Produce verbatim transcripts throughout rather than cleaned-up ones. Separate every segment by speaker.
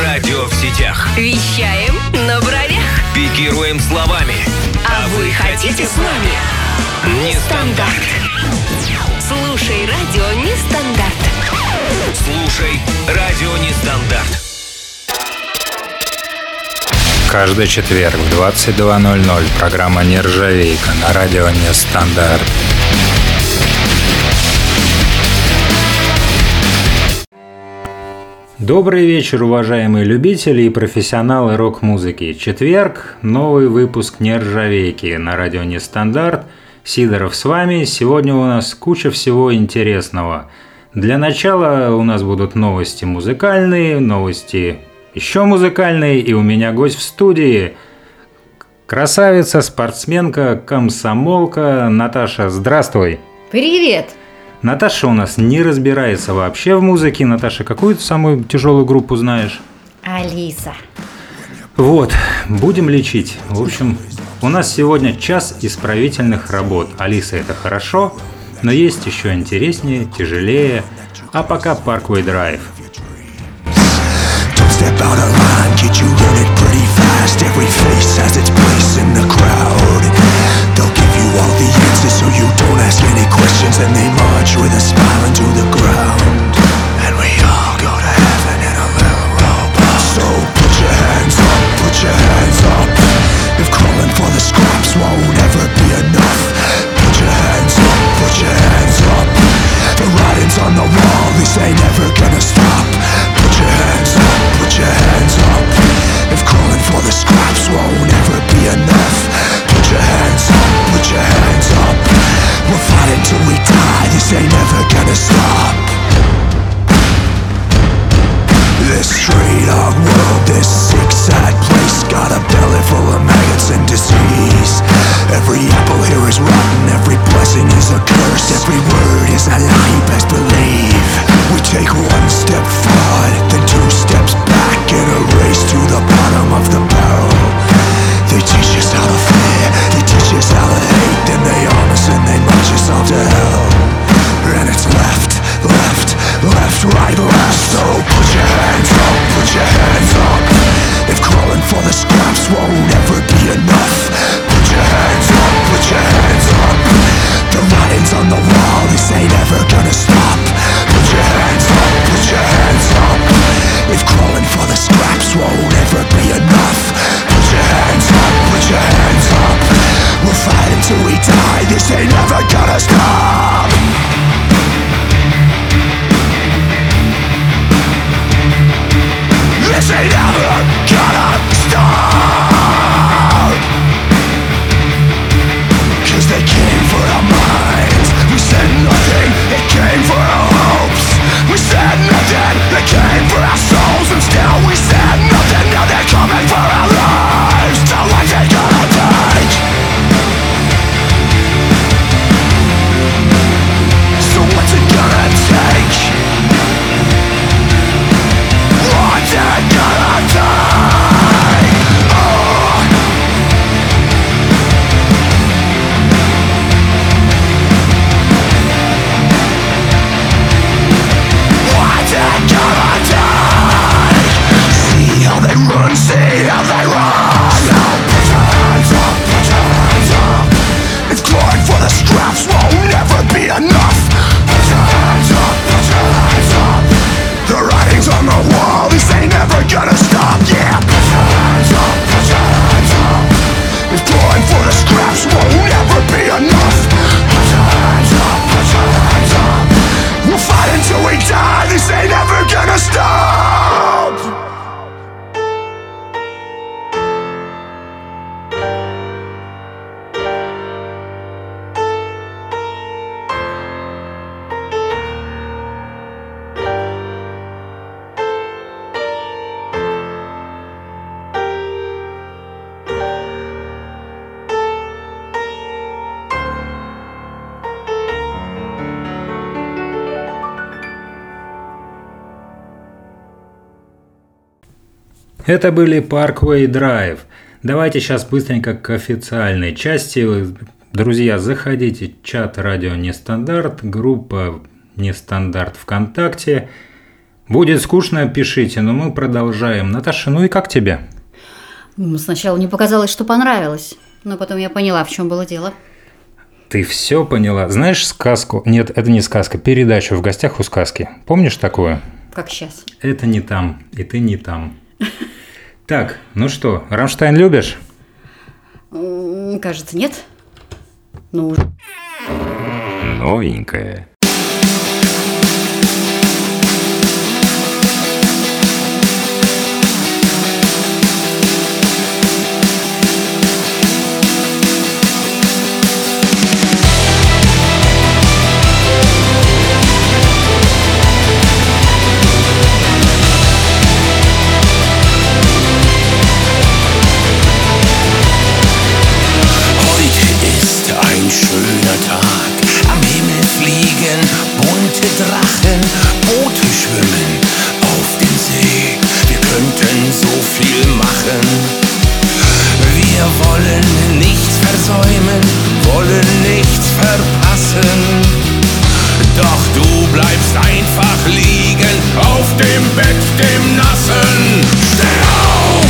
Speaker 1: Радио в сетях.
Speaker 2: Вещаем на бровях.
Speaker 1: Пикируем словами.
Speaker 2: А вы хотите с нами?
Speaker 1: Нестандарт.
Speaker 2: Слушай радио Нестандарт.
Speaker 1: Слушай радио Нестандарт.
Speaker 3: Каждый четверг в двадцать два ноль ноль программа «Нержавейка» на радио Нестандарт. Добрый вечер, уважаемые любители и профессионалы рок-музыки. Четверг, новый выпуск «Нержавейки» на радио Нестандарт. Сидоров с вами. Сегодня у нас куча всего интересного. Для начала у нас будут новости музыкальные, новости еще музыкальные, и у меня гость в студии. Красавица, спортсменка, комсомолка Наташа. Здравствуй.
Speaker 4: Привет.
Speaker 3: Наташа у нас не разбирается вообще в музыке. Наташа, какую ты самую тяжелую группу знаешь?
Speaker 4: Алиса.
Speaker 3: Вот, будем лечить. В общем, у нас сегодня час исправительных работ. Алиса — это хорошо, но есть еще интереснее, тяжелее. А пока Parkway Drive.
Speaker 5: Step out of line, kid, you learn it pretty fast. Every face has its place in the crowd. They'll give you all the answers so you don't ask any questions. Then they march with a smile into the ground. And we all go to heaven in a little robot. So put your hands up, put your hands up. If calling for the scraps won't ever be enough, put your hands up, put your hands up. The writing's on the wall, this ain't ever gonna stop. Put your hands up, put your hands up. If calling for the scraps won't ever be enough, put your hands up, put your hands up. We'll fight until we die, this ain't ever gonna stop. This straight out world, this sick sad place, got a belly full of maggots and disease. Every apple here is rotten, every blessing is a curse. Every word is a lie, best believe. We take one step forward, then two steps back, in a race to the bottom of the barrel. They teach us how to fear, they teach us how to hate, then they arm us and they march us all to hell. And it's left, left, left, right, left. So put your hands up, put your hands up. If calling for the scraps won't ever be enough, put your hands up, put your hands up. The writing's on the wall, this ain't ever gonna stop. Put your hands up, put your hands up. If calling for the scraps won't ever be enough, put your hands up, put your hands up. We'll fight until we die, this ain't ever gonna stop. This ain't ever gonna stop. Cause they came for our minds, we said nothing, they came for our hopes. We said nothing, they came for our souls. And still we said nothing, now they're coming for our lives. So what's it gonna take? So what's it gonna take? What's it gonna take? Oh. What's it gonna take? See how they run, see how they run. Now put your hands up, put your hands up. If crying for the scraps won't never be enough, put your hands up, put your hands up. The writing's on the wall, this ain't never gonna stop. Yeah, put your hands up, put your hands up. If crying for the scraps won't ever be enough, put your hands up, put your hands up. We'll fight until we die, this ain't ever gonna stop.
Speaker 3: Это были Parkway Drive. Давайте сейчас быстренько к официальной части. Друзья, заходите в чат радио Нестандарт, группа Нестандарт ВКонтакте. Будет скучно, пишите, но мы продолжаем. Наташа, ну и как тебе?
Speaker 4: Сначала мне показалось, что понравилось, но потом я поняла, в чем было дело.
Speaker 3: Ты все поняла. Знаешь сказку? Нет, это не сказка, передачу «В гостях у сказки». Помнишь такую?
Speaker 4: Как сейчас.
Speaker 3: Это не там, и ты не там. Так, ну что, «Рамштайн» любишь?
Speaker 4: Кажется, нет. Ну,
Speaker 1: Новенькая.
Speaker 5: Ein schöner Tag, am Himmel fliegen bunte Drachen, Boote schwimmen auf dem See. Wir könnten so viel machen. Wir wollen nichts versäumen, wollen nichts verpassen. Doch du bleibst einfach liegen auf dem Bett, dem Nassen. Steh auf!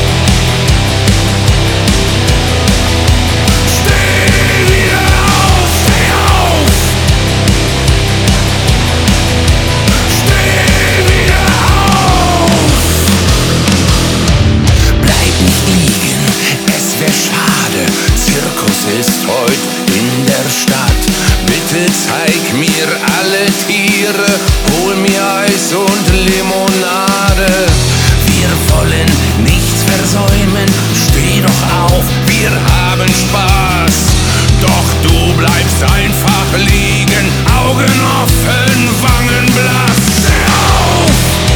Speaker 5: Ist heut in der Stadt. Bitte zeig mir alle Tiere, hol mir Eis und Limonade. Wir wollen nichts versäumen, steh doch auf, wir haben Spaß. Doch du bleibst einfach liegen, Augen offen, Wangen blass. Steh auf!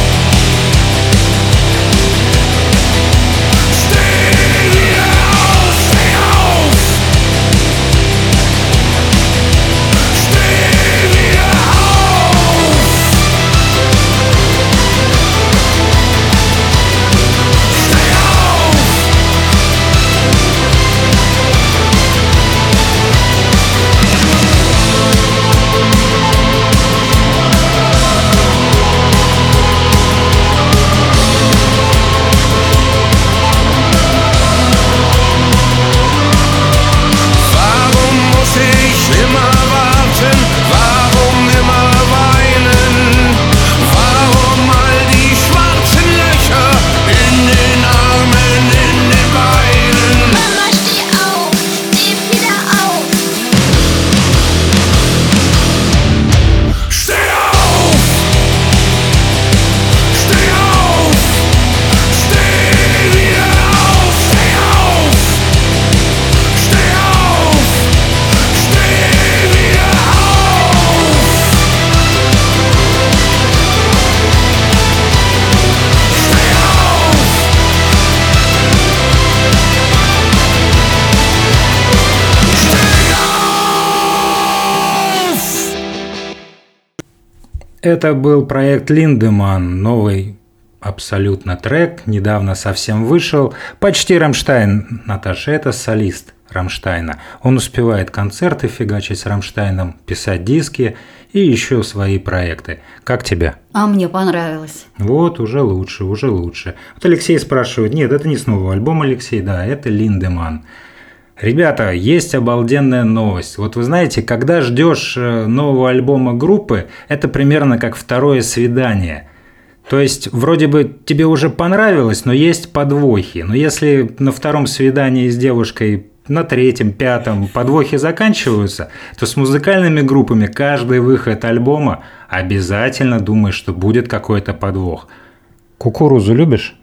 Speaker 3: Это был проект Линдеманн, новый абсолютно трек, недавно совсем вышел. Почти Рамштайн. Наташа, это солист Рамштайна. Он успевает концерты фигачить с Рамштайном, писать диски и еще свои проекты. Как тебе?
Speaker 4: А мне понравилось.
Speaker 3: Вот, уже лучше, уже лучше. Вот Алексей спрашивает, нет, это не с нового альбома, Алексей, да, это Линдеманн. Ребята, есть обалденная новость. Вот вы знаете, когда ждешь нового альбома группы, это примерно как второе свидание. То есть, вроде бы тебе уже понравилось, но есть подвохи. Но если на втором свидании с девушкой, на третьем, пятом подвохи заканчиваются, то с музыкальными группами каждый выход альбома обязательно думаешь, что будет какой-то подвох. Кукурузу любишь?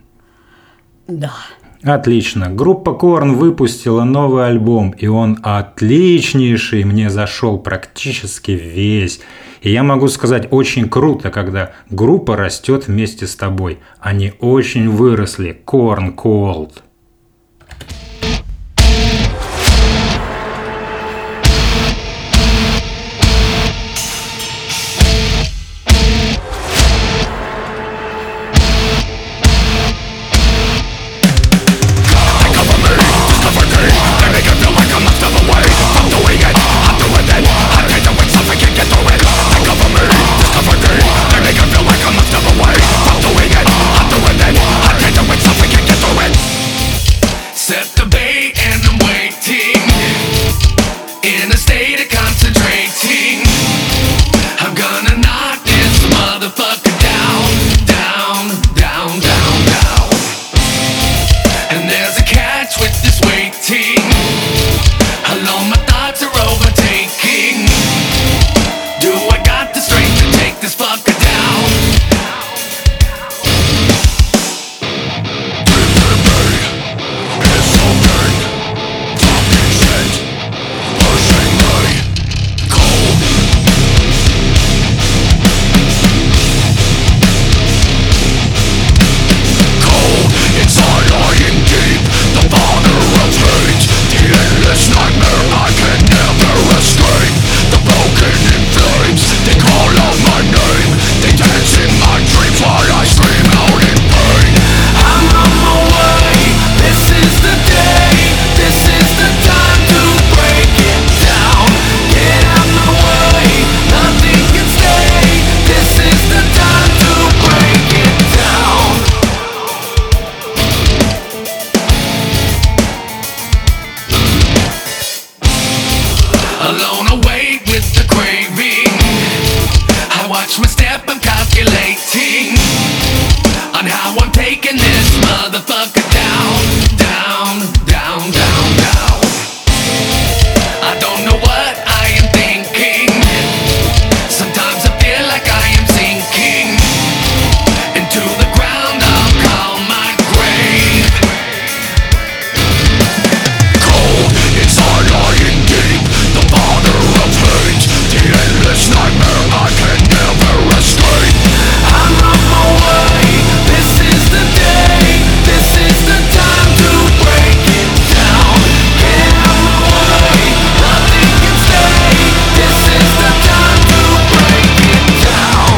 Speaker 4: Да.
Speaker 3: Отлично. Группа Корн выпустила новый альбом, и он отличнейший, мне зашел практически весь. И я могу сказать, очень круто, когда группа растет вместе с тобой. Они очень выросли. Корн Cold.
Speaker 5: Discover me, they make it feel like I'm not the way.
Speaker 6: motherfucker down, down, down, down, down. I don't know what I am thinking. Sometimes I feel like I am sinking into the ground I'll call my grave. Cold inside, lying deep, the father of hate, the endless nightmare I can never escape. I'm on my way, this is the day, this is the time to break it down. Get out my way, nothing can stay, this is the time to break it down.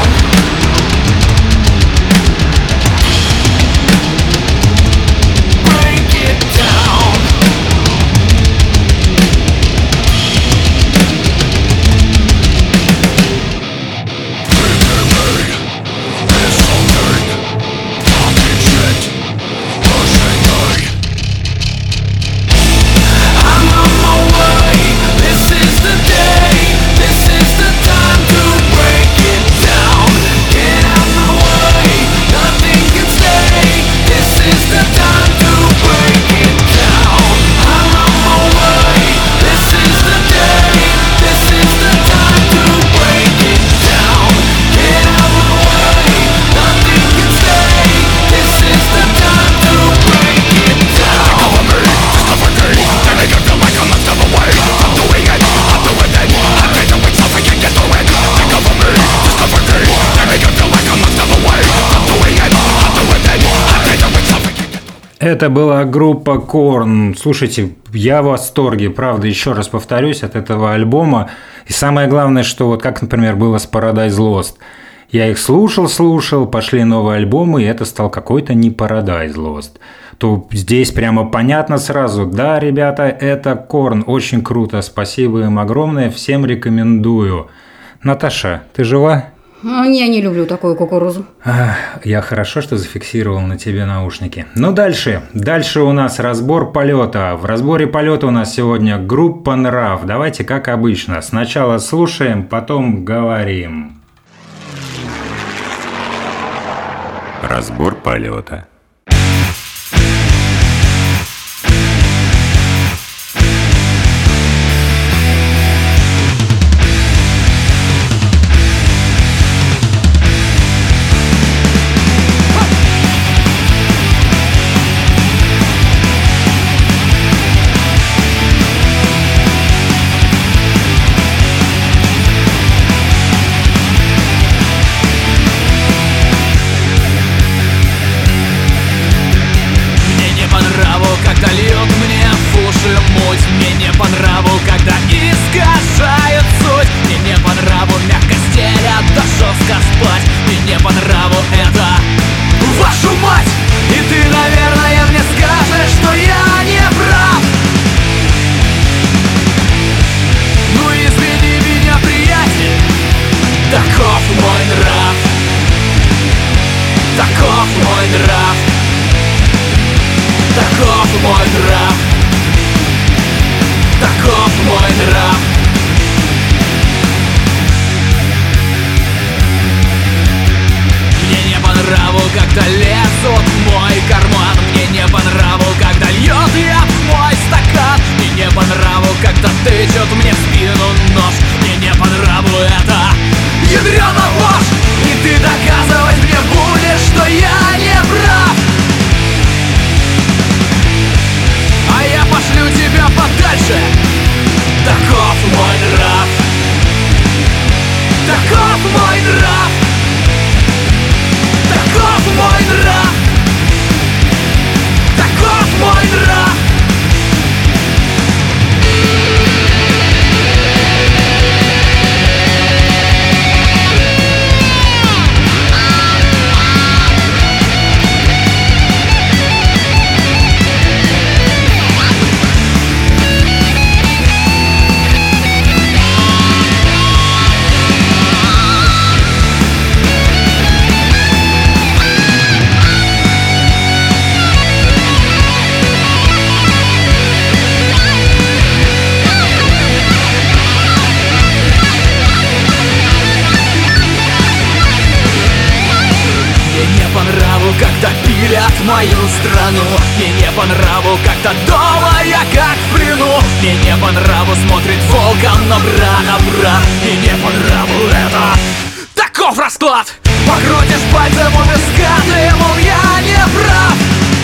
Speaker 6: Break it down. I'm on my way, this is the day, this is the time to break it down. Get out my way, nothing can stay, this is the time to break it down. I'm on my way, this is the day, this is the time to break it down. Get out my way, nothing can stay, this is the time to break it down. Cover me, discover me, they make it feel like I'm a step away from doing it. I'm doing it, I'm facing with something I can't do it. They cover me, discover me, they make it feel like I'm a step away from doing it. I'm doing it, I'm facing with something I can't do it.
Speaker 3: Это была группа Korn. Слушайте, я в восторге, правда, еще раз повторюсь, от этого альбома. И самое главное, что вот как, например, было с Paradise Lost. Я их слушал, слушал, пошли новые альбомы, и это стал какой-то не Paradise Lost. То здесь прямо понятно сразу, да, ребята, это Korn, очень круто, спасибо им огромное, всем рекомендую. Наташа, ты жива?
Speaker 4: Ну, я не люблю такую кукурузу.
Speaker 3: Ах, я хорошо, что зафиксировал на тебе наушники. Ну, дальше. Дальше у нас разбор полета. В разборе полета у нас сегодня группа Нрав. Давайте, как обычно, сначала слушаем, потом говорим.
Speaker 7: Разбор полета.
Speaker 6: Break страну. Мне не по нраву, как-то дома я как в плену. Мне не по нраву смотрит волком на брата брат. Мне не по нраву это. Таков расклад. Покрутишь пальцем у виска, ты, мол, я не прав.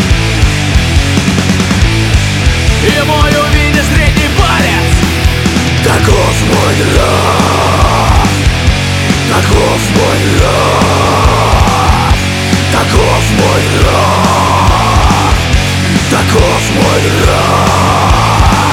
Speaker 6: И мой увидишь средний палец.
Speaker 5: Таков мой нрав, таков мой нрав, таков мой нрав, таков мой нрав.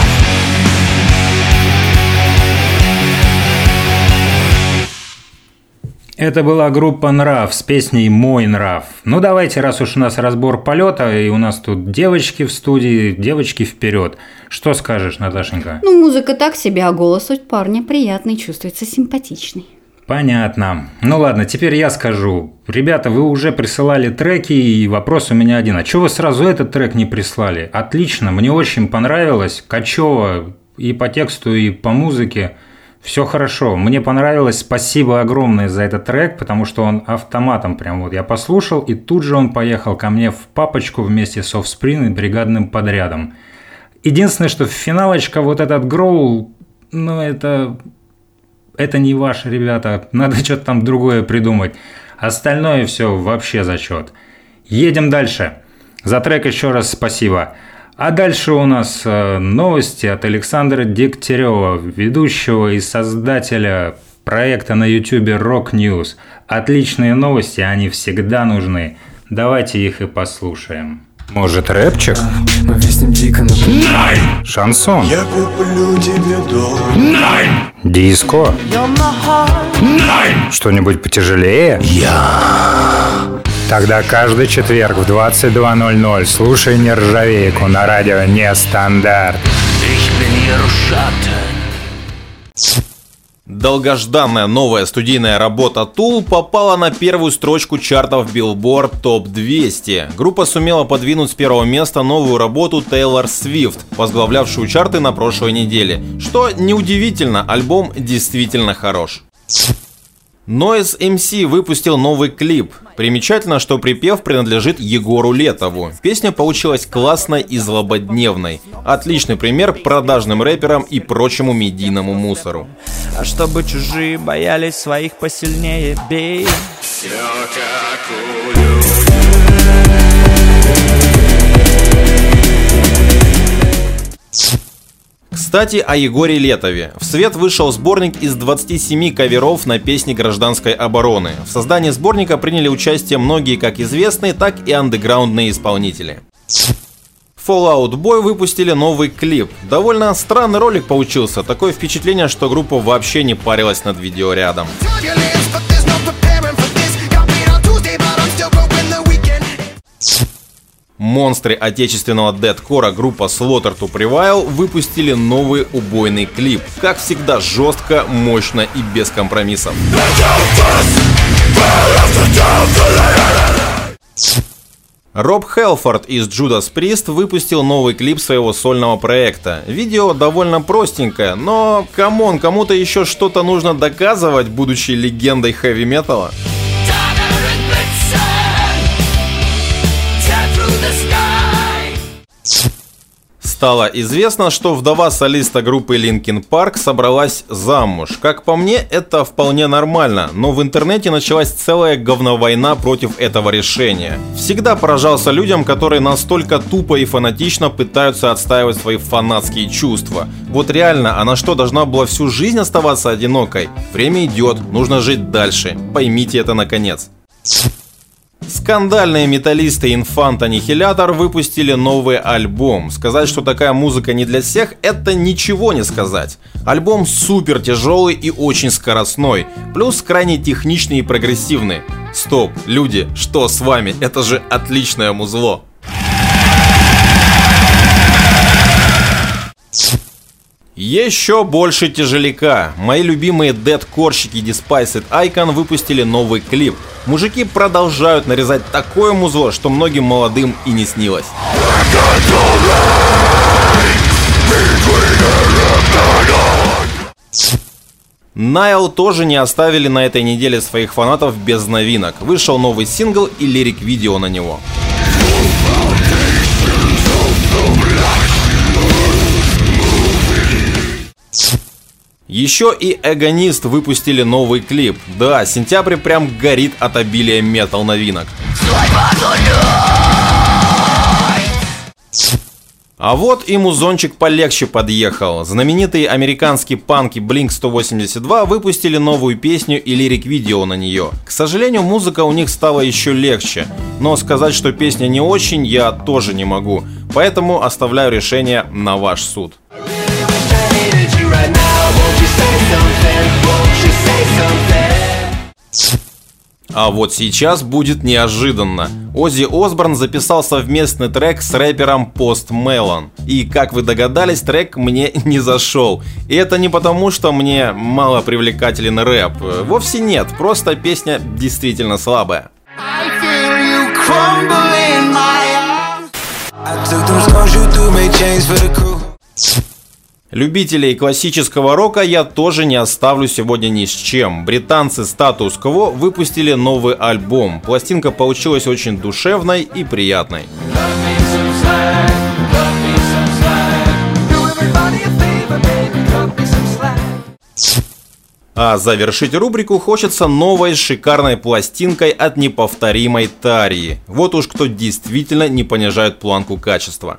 Speaker 3: Это была группа «Нрав» с песней «Мой нрав». Ну давайте, раз уж у нас разбор полета, и у нас тут девочки в студии, девочки вперед. Что скажешь, Наташенька?
Speaker 4: Ну, музыка так себе, а голос у парня приятный, чувствуется симпатичный.
Speaker 3: Понятно. Ну ладно, теперь я скажу. Ребята, вы уже присылали треки, и вопрос у меня один. А чего вы сразу этот трек не прислали? Отлично, мне очень понравилось. Качево и по тексту, и по музыке. Все хорошо, мне понравилось, спасибо огромное за этот трек, потому что он автоматом прям вот я послушал, и тут же он поехал ко мне в папочку вместе с Offspring и бригадным подрядом. Единственное, что финалочка, вот этот гроул, ну это, это не ваше, ребята, надо что-то там другое придумать. Остальное все вообще зачет. Едем дальше. За трек еще раз спасибо. А дальше у нас э, новости от Александра Дегтярева, ведущего и создателя проекта на YouTube Rock News. Отличные новости, они всегда нужны. Давайте их и послушаем. Может, рэпчик?
Speaker 6: Мы виснем дико на
Speaker 3: Най! Шансон?
Speaker 5: Я куплю тебе дом.
Speaker 3: Най! Диско? Най! Что-нибудь потяжелее? Я... Тогда каждый четверг в двадцать два ноль ноль слушай «Нержавейку» на радио «Нестандарт».
Speaker 8: Долгожданная новая студийная работа Tool попала на первую строчку чартов Billboard топ двести. Группа сумела подвинуть с первого места новую работу Тейлор Свифт, возглавлявшую чарты на прошлой неделе. Что неудивительно, альбом действительно хорош. Noise эм си выпустил новый клип. Примечательно, что припев принадлежит Егору Летову. Песня получилась классной и злободневной. Отличный пример продажным рэперам и прочему медийному мусору.
Speaker 6: А чтобы чужие боялись своих посильнее, бей. Все как у людей.
Speaker 8: Кстати, о Егоре Летове. В свет вышел сборник из двадцати семи каверов на песни гражданской обороны. В создании сборника приняли участие многие как известные, так и андеграундные исполнители. Fall Out Boy выпустили новый клип. Довольно странный ролик получился. Такое впечатление, что группа вообще не парилась над видеорядом. Монстры отечественного дэткора группа Slaughter to Prevail выпустили новый убойный клип. Как всегда, жестко, мощно и без компромиссов. Роб Хелфорд из Judas Priest выпустил новый клип своего сольного проекта. Видео довольно простенькое, но камон, кому-то еще что-то нужно доказывать, будучи легендой хэви-металла. Стало известно, что вдова солиста группы Linkin Park собралась замуж. Как по мне, это вполне нормально, но в интернете началась целая говновойна против этого решения. Всегда поражался людям, которые настолько тупо и фанатично пытаются отстаивать свои фанатские чувства. Вот реально, она что, должна была всю жизнь оставаться одинокой? Время идет, нужно жить дальше. Поймите это наконец. Скандальные металлисты Infant Annihilator выпустили новый альбом. Сказать, что такая музыка не для всех, это ничего не сказать. Альбом супер тяжелый и очень скоростной, плюс крайне техничный и прогрессивный. Стоп, люди, что с вами? Это же отличное музло. Еще больше тяжеляка. Мои любимые дэткорщики Despised Icon выпустили новый клип. Мужики продолжают нарезать такое музло, что многим молодым и не снилось. Найл тоже не оставили на этой неделе своих фанатов без новинок. Вышел новый сингл и лирик-видео на него. Еще и Эгонист выпустили новый клип. Да, сентябрь прям горит от обилия метал-новинок. А вот и музончик полегче подъехал. Знаменитые американские панки блинк сто восемьдесят два выпустили новую песню и лирик-видео на нее. К сожалению, музыка у них стала еще легче, но сказать, что песня не очень, я тоже не могу. Поэтому оставляю решение на ваш суд. А вот сейчас будет неожиданно. Оззи Осборн записал совместный трек с рэпером Post Malone. И, как вы догадались, трек мне не зашел. И это не потому, что мне мало привлекателен рэп. Вовсе нет, просто песня действительно слабая. Любителей классического рока я тоже не оставлю сегодня ни с чем. Британцы Status Quo выпустили новый альбом. Пластинка получилась очень душевной и приятной. А завершить рубрику хочется новой шикарной пластинкой от неповторимой Тарии. Вот уж кто действительно не понижает планку качества.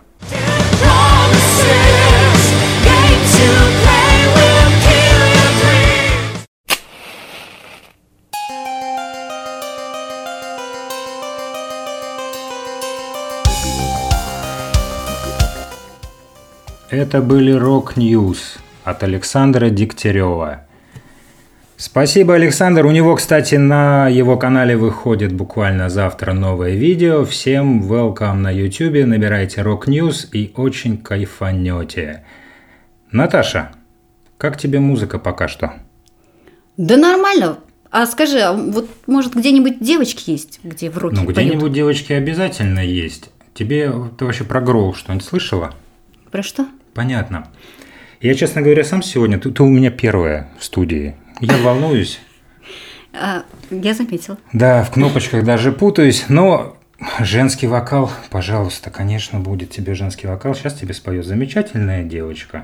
Speaker 3: Это были Rock News от Александра Дегтярева. Спасибо, Александр. У него, кстати, на его канале выходит буквально завтра новое видео. Всем welcome на YouTube. Набирайте Rock News и очень кайфанете. Наташа, как тебе музыка пока что?
Speaker 4: Да нормально. А скажи, а вот может где-нибудь девочки есть, где в роке
Speaker 3: Ну,
Speaker 4: поют?
Speaker 3: где-нибудь девочки обязательно есть. Тебе, ты вообще про Гроул что-нибудь слышала?
Speaker 4: Про что?
Speaker 3: Понятно. Я, честно говоря, сам сегодня, ты, ты у меня первая в студии. Я волнуюсь.
Speaker 4: А, я заметила.
Speaker 3: Да, в кнопочках даже путаюсь, но женский вокал, пожалуйста, конечно, будет тебе женский вокал. Сейчас тебе споет замечательная девочка.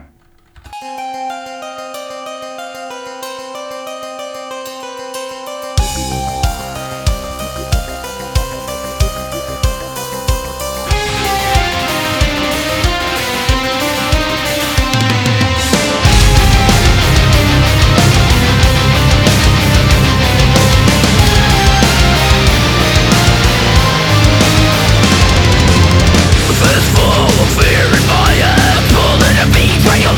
Speaker 6: Full of fear in my head, pulling at me, trying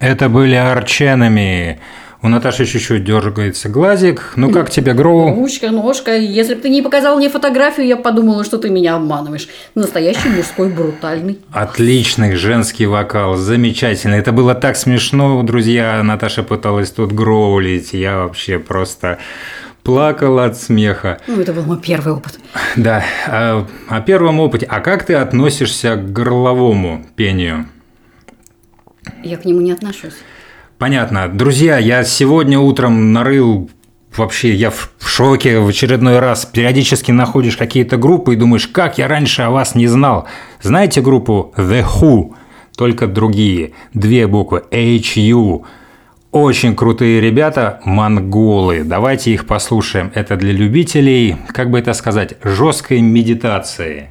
Speaker 3: Это были Arch Enemy. У Наташи чуть-чуть дергается глазик. Ну как тебе, Гроу?
Speaker 4: Ручка, ножка. Если бы ты не показал мне фотографию, я подумала, что ты меня обманываешь. Настоящий мужской брутальный.
Speaker 3: Отличный женский вокал, замечательный. Это было так смешно, друзья. Наташа пыталась тут гроулить. Я вообще просто плакал от смеха.
Speaker 4: Ну, это был мой первый опыт.
Speaker 3: Да, о, о первом опыте. А как ты относишься к горловому пению?
Speaker 4: Я к нему не отношусь.
Speaker 3: Понятно. Друзья, я сегодня утром нарыл, вообще я в шоке в очередной раз. Периодически находишь какие-то группы и думаешь, как я раньше о вас не знал. Знаете группу The Who? Только другие. Две буквы. эйч ю. Очень крутые ребята, монголы. Давайте их послушаем. Это для любителей, как бы это сказать, жесткой медитации.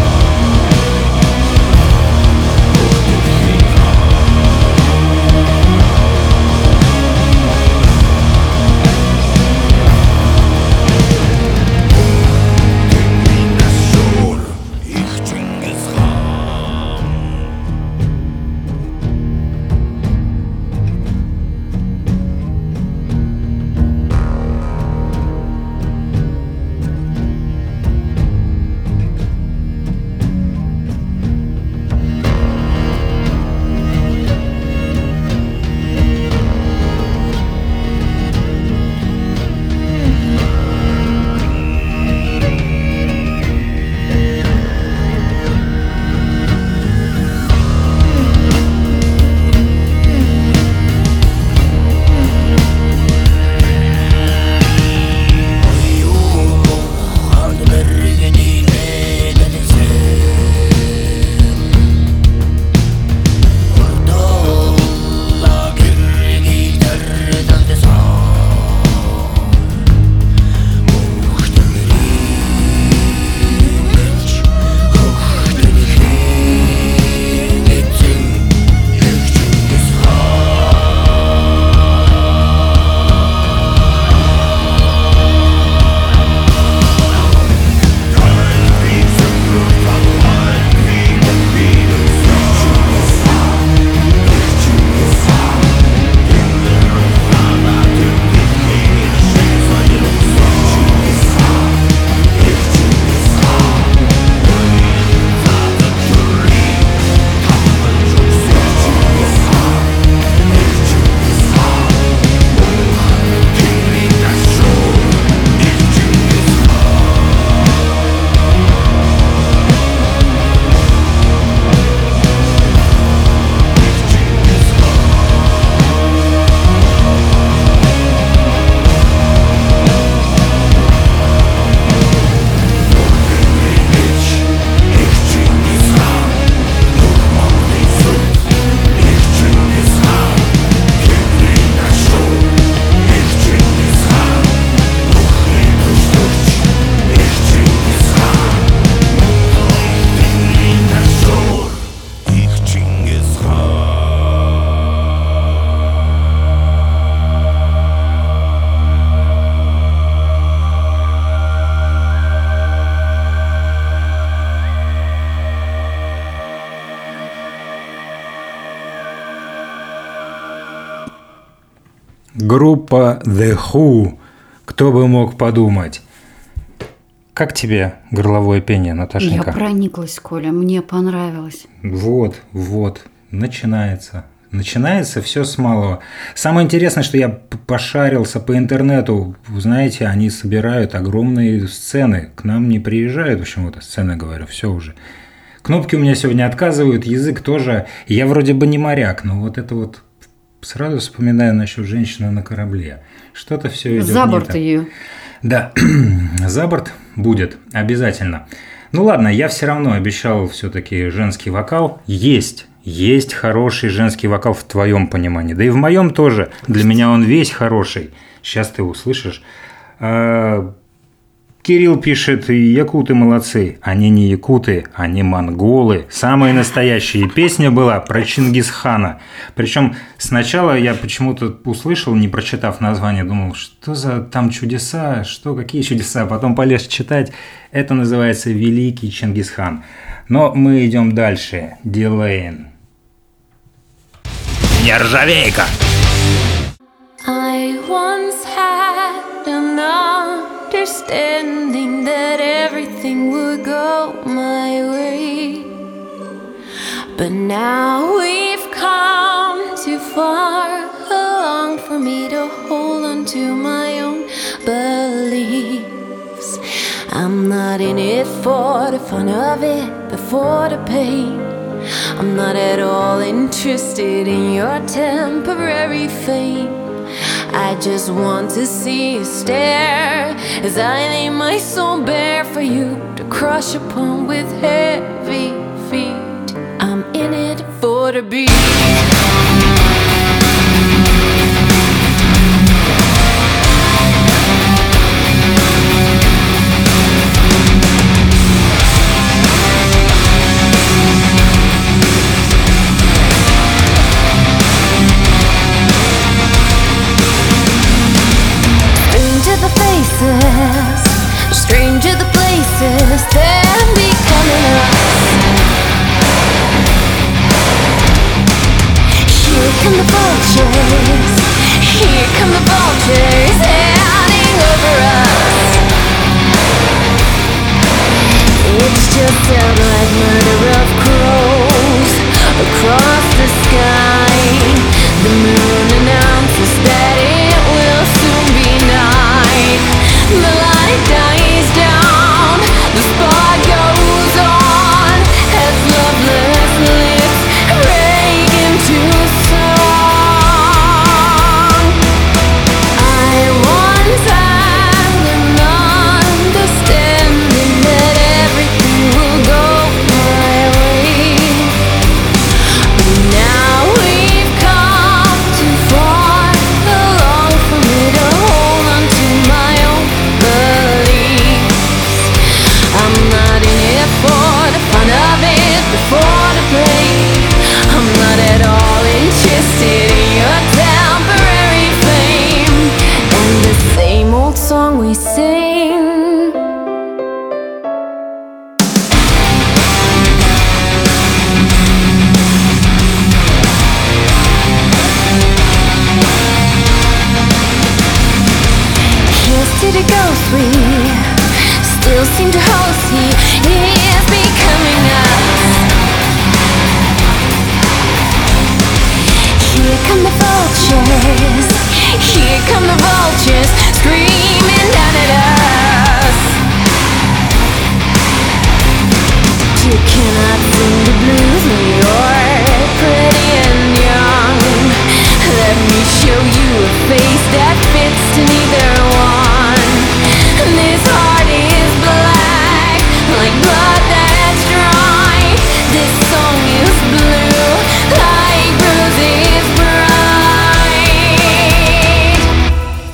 Speaker 6: Thank
Speaker 3: группа The Who. Кто бы мог подумать. Как тебе горловое пение, Наташенька?
Speaker 4: Я прониклась, Коля, мне понравилось.
Speaker 3: Вот, вот, начинается. Начинается все с малого. Самое интересное, что я пошарился по интернету. Знаете, они собирают огромные сцены. К нам не приезжают почему-то, сцены, говорю, все уже. Кнопки у меня сегодня отказывают, язык тоже. Я вроде бы не моряк, но вот это вот сразу вспоминаю насчет женщины на корабле. Что-то все идет
Speaker 4: За
Speaker 3: не
Speaker 4: борт
Speaker 3: так.
Speaker 4: ее.
Speaker 3: Да, за борт будет обязательно. Ну ладно, я все равно обещал все-таки женский вокал. Есть. Есть хороший женский вокал в твоем понимании. Да и в моем тоже. Для меня он весь хороший. Сейчас ты услышишь. А, Кирилл пишет: якуты молодцы. Они не якуты, они монголы. Самая настоящая песня была про Чингисхана. Причем сначала я почему-то услышал, не прочитав название, думал, что за там чудеса, что, какие чудеса. Потом полез читать. Это называется «Великий Чингисхан». Но мы идем дальше. Дилейн. Нержавейка.
Speaker 9: I once had an understanding that everything would go my way, but now we've come too far along for me to hold on to my own beliefs. I'm not in it for the fun of it, but for the pain. I'm not at all interested in your temporary fame. I just want to see you stare as I lay my soul bare for you to crush upon with heavy feet. I'm in it for the beat. Stranger the places they're becoming us. Here come the vultures, here come the vultures heading over us. It's just sound like murder of crows across the sky. The moon announces that it will soon be night. The light dies down, the spark goes on as loveless lips break into song. I once had an understanding that everything will go my way, but now we've come too far along for me to hold on to my own beliefs. I'm not in it for the fun of it, but for the play. I'm not at all interested in your temporary fame and the same old song we sing. Here's to the ghost we still seem to host. He is becoming us. Here come the vultures, here come the vultures screaming down at us. You cannot sing the blues when you're pretty and young. Let me show you a face that fits to neither one. This heart is black, like blood that's dry. This song is blue, like bruises bright.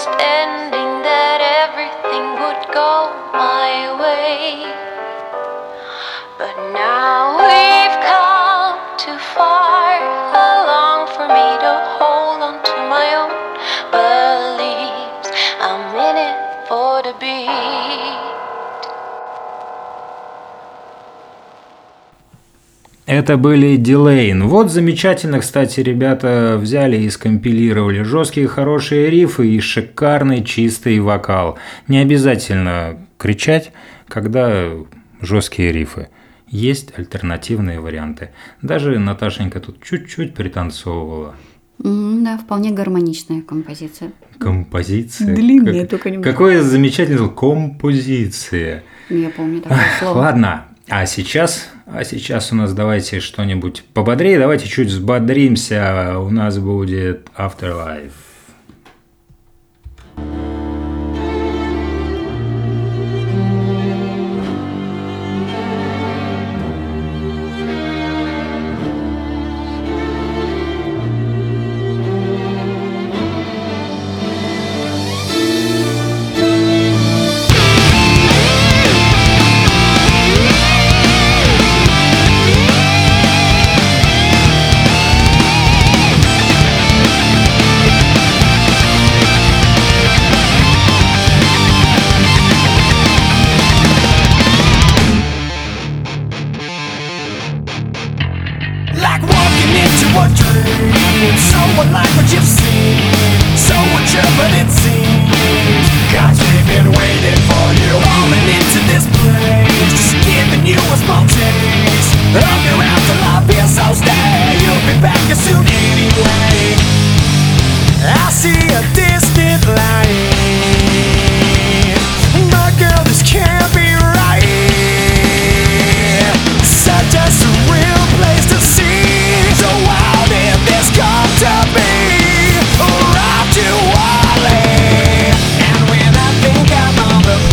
Speaker 9: understanding that everything would go my way. But now we've come too far along for me to hold on to my own beliefs. I'm in it for the beat.
Speaker 3: Это были Дилейн. Вот замечательно, кстати, ребята взяли и скомпилировали жесткие хорошие рифы и шикарный чистый вокал. Не обязательно кричать, когда жесткие рифы. Есть альтернативные варианты. Даже Наташенька тут чуть-чуть пританцовывала.
Speaker 4: Mm, да, вполне гармоничная композиция.
Speaker 3: Композиция?
Speaker 4: Длинная,
Speaker 3: как...
Speaker 4: только немного.
Speaker 3: Какое замечательное слово. Композиция.
Speaker 4: Я помню такое слово.
Speaker 3: Ладно. А сейчас, а сейчас у нас давайте что-нибудь пободрее, давайте чуть взбодримся, у нас будет Afterlife.
Speaker 6: And when I think I'm on the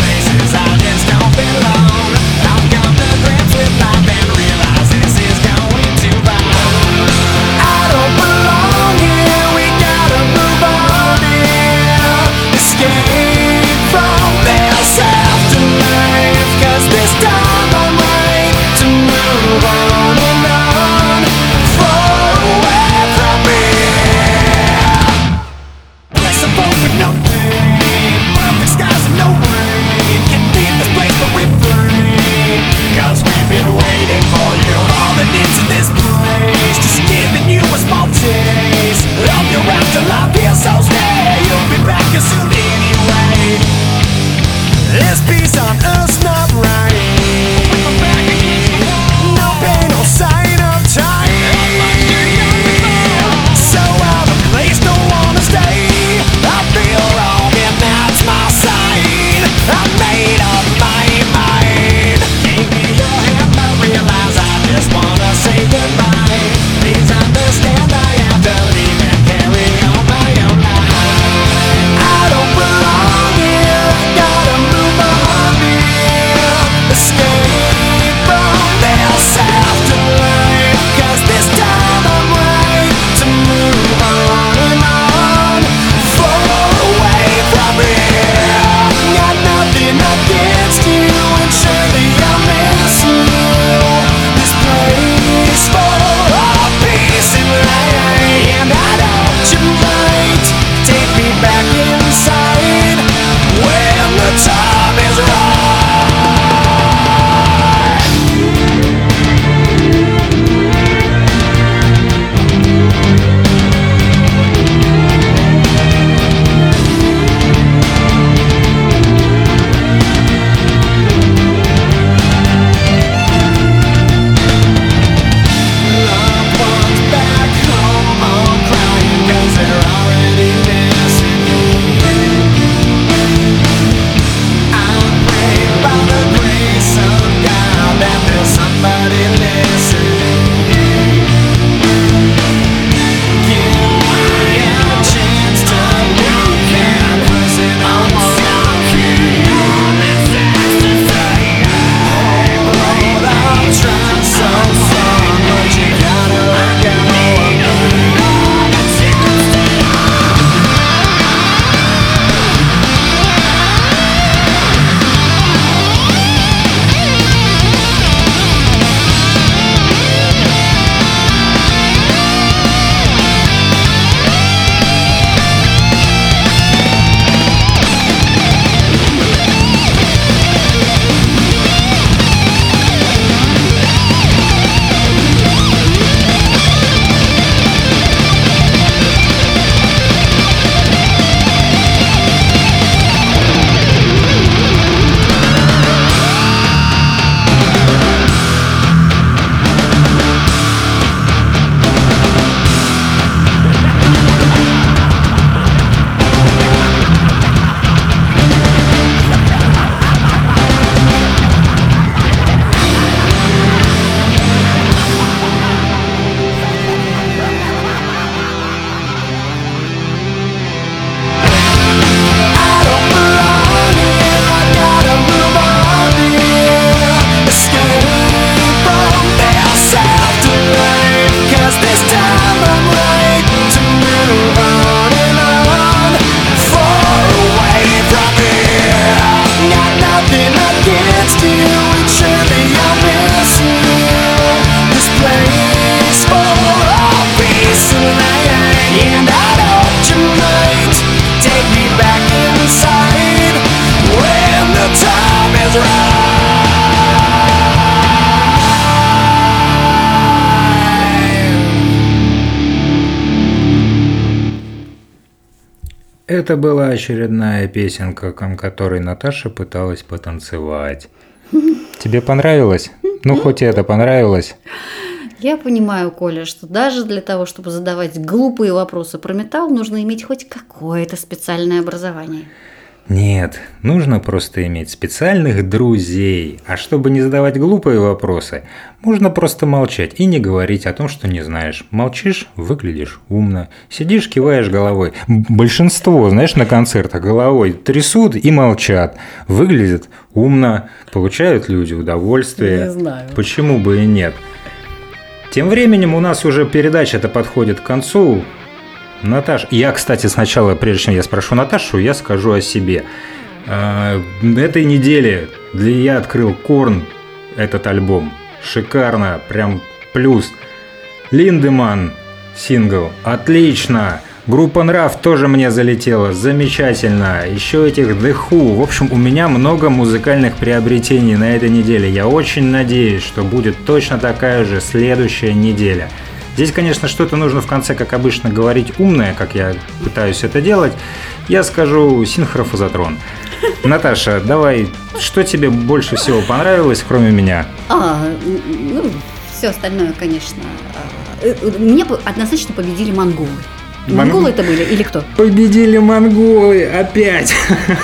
Speaker 3: Это была очередная песенка, к которой Наташа пыталась потанцевать. Тебе понравилось? Ну, хоть это понравилось.
Speaker 4: Я понимаю, Коля, что даже для того, чтобы задавать глупые вопросы про металл, нужно иметь хоть какое-то специальное образование.
Speaker 3: Нет, нужно просто иметь специальных друзей. А чтобы не задавать глупые вопросы, можно просто молчать и не говорить о том, что не знаешь. Молчишь – выглядишь умно. Сидишь, киваешь головой. Большинство, знаешь, на концертах головой трясут и молчат. Выглядят умно, получают люди удовольствие.
Speaker 4: Не знаю.
Speaker 3: Почему бы и нет? Тем временем у нас уже передача-то подходит к концу. Наташ, я, кстати, сначала, прежде чем я спрошу Наташу, я скажу о себе. На этой неделе я открыл Корн, этот альбом. Шикарно, прям плюс. Линдеман сингл, отлично. Группа Нрав тоже мне залетела, замечательно. Еще этих The Who. В общем, у меня много музыкальных приобретений на этой неделе. Я очень надеюсь, что будет точно такая же следующая неделя. Здесь, конечно, что-то нужно в конце, как обычно, говорить умное, как я пытаюсь это делать. Я скажу синхрофазотрон. Наташа, давай, что тебе больше всего понравилось, кроме меня?
Speaker 4: А, ну, все остальное, конечно. Мне однозначно победили монголы. Монголы это были или кто?
Speaker 3: Победили монголы опять.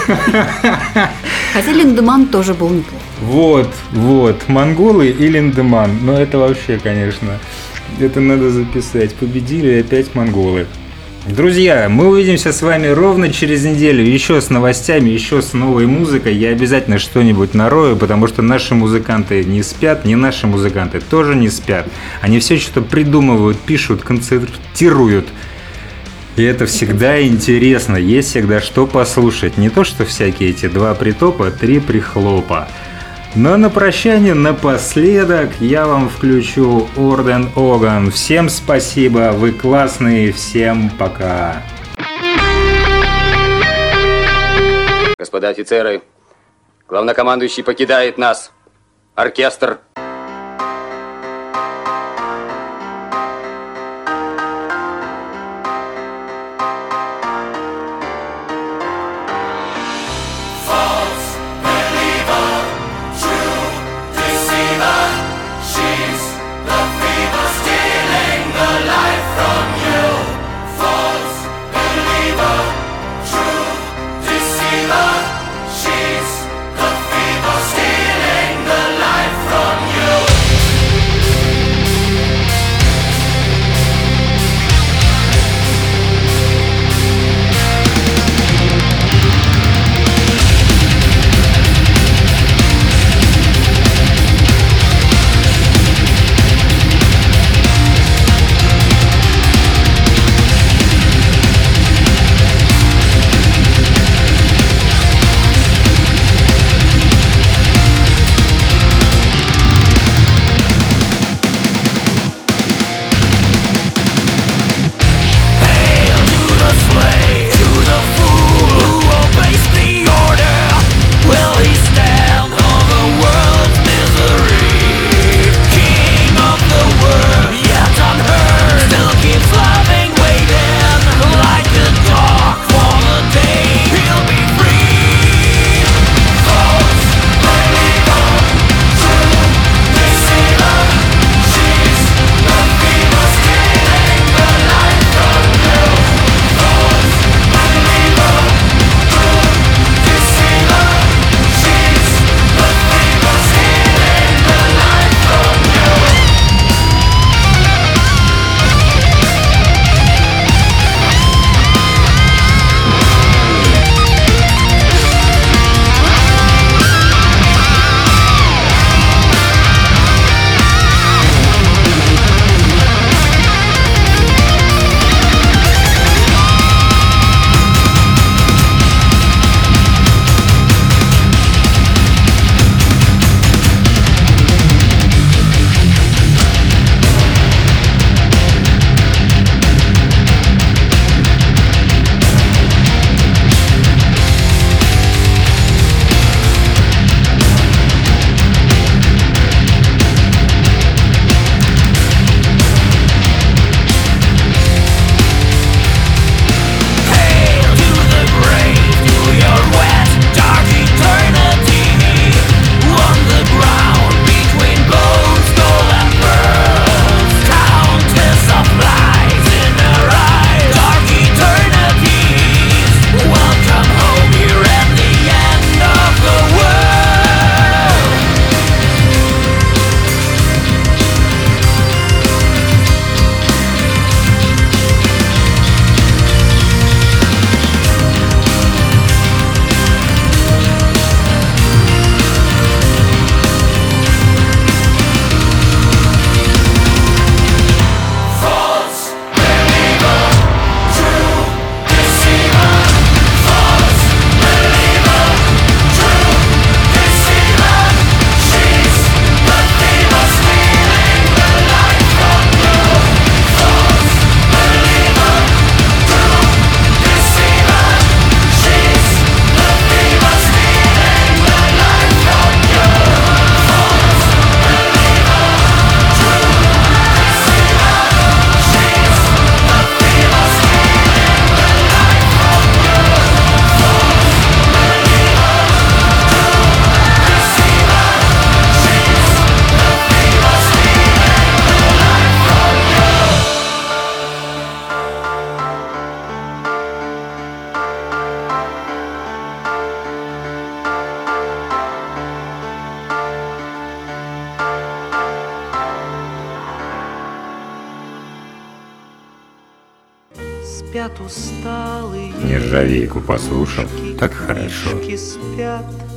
Speaker 4: Хотя Линдеман тоже был неплох.
Speaker 3: Вот, вот, монголы и Линдеман. Но это вообще, конечно, это надо записать. Победили опять монголы. Друзья, мы увидимся с вами ровно через неделю. Еще с новостями, еще с новой музыкой. Я обязательно что-нибудь нарою, потому что наши музыканты не спят, не наши музыканты тоже не спят. Они все что-то придумывают, пишут, концертируют. И это всегда интересно, есть всегда что послушать. Не то, что всякие эти два притопа, три прихлопа. Но на прощание напоследок я вам включу Орден Оган. Всем спасибо, вы классные, всем пока.
Speaker 10: Господа офицеры, главнокомандующий покидает нас. Оркестр.
Speaker 6: She's the fever stealing the life from you.
Speaker 11: спят усталые.
Speaker 7: Нержавейку послушал, так хорошо.
Speaker 11: Спят.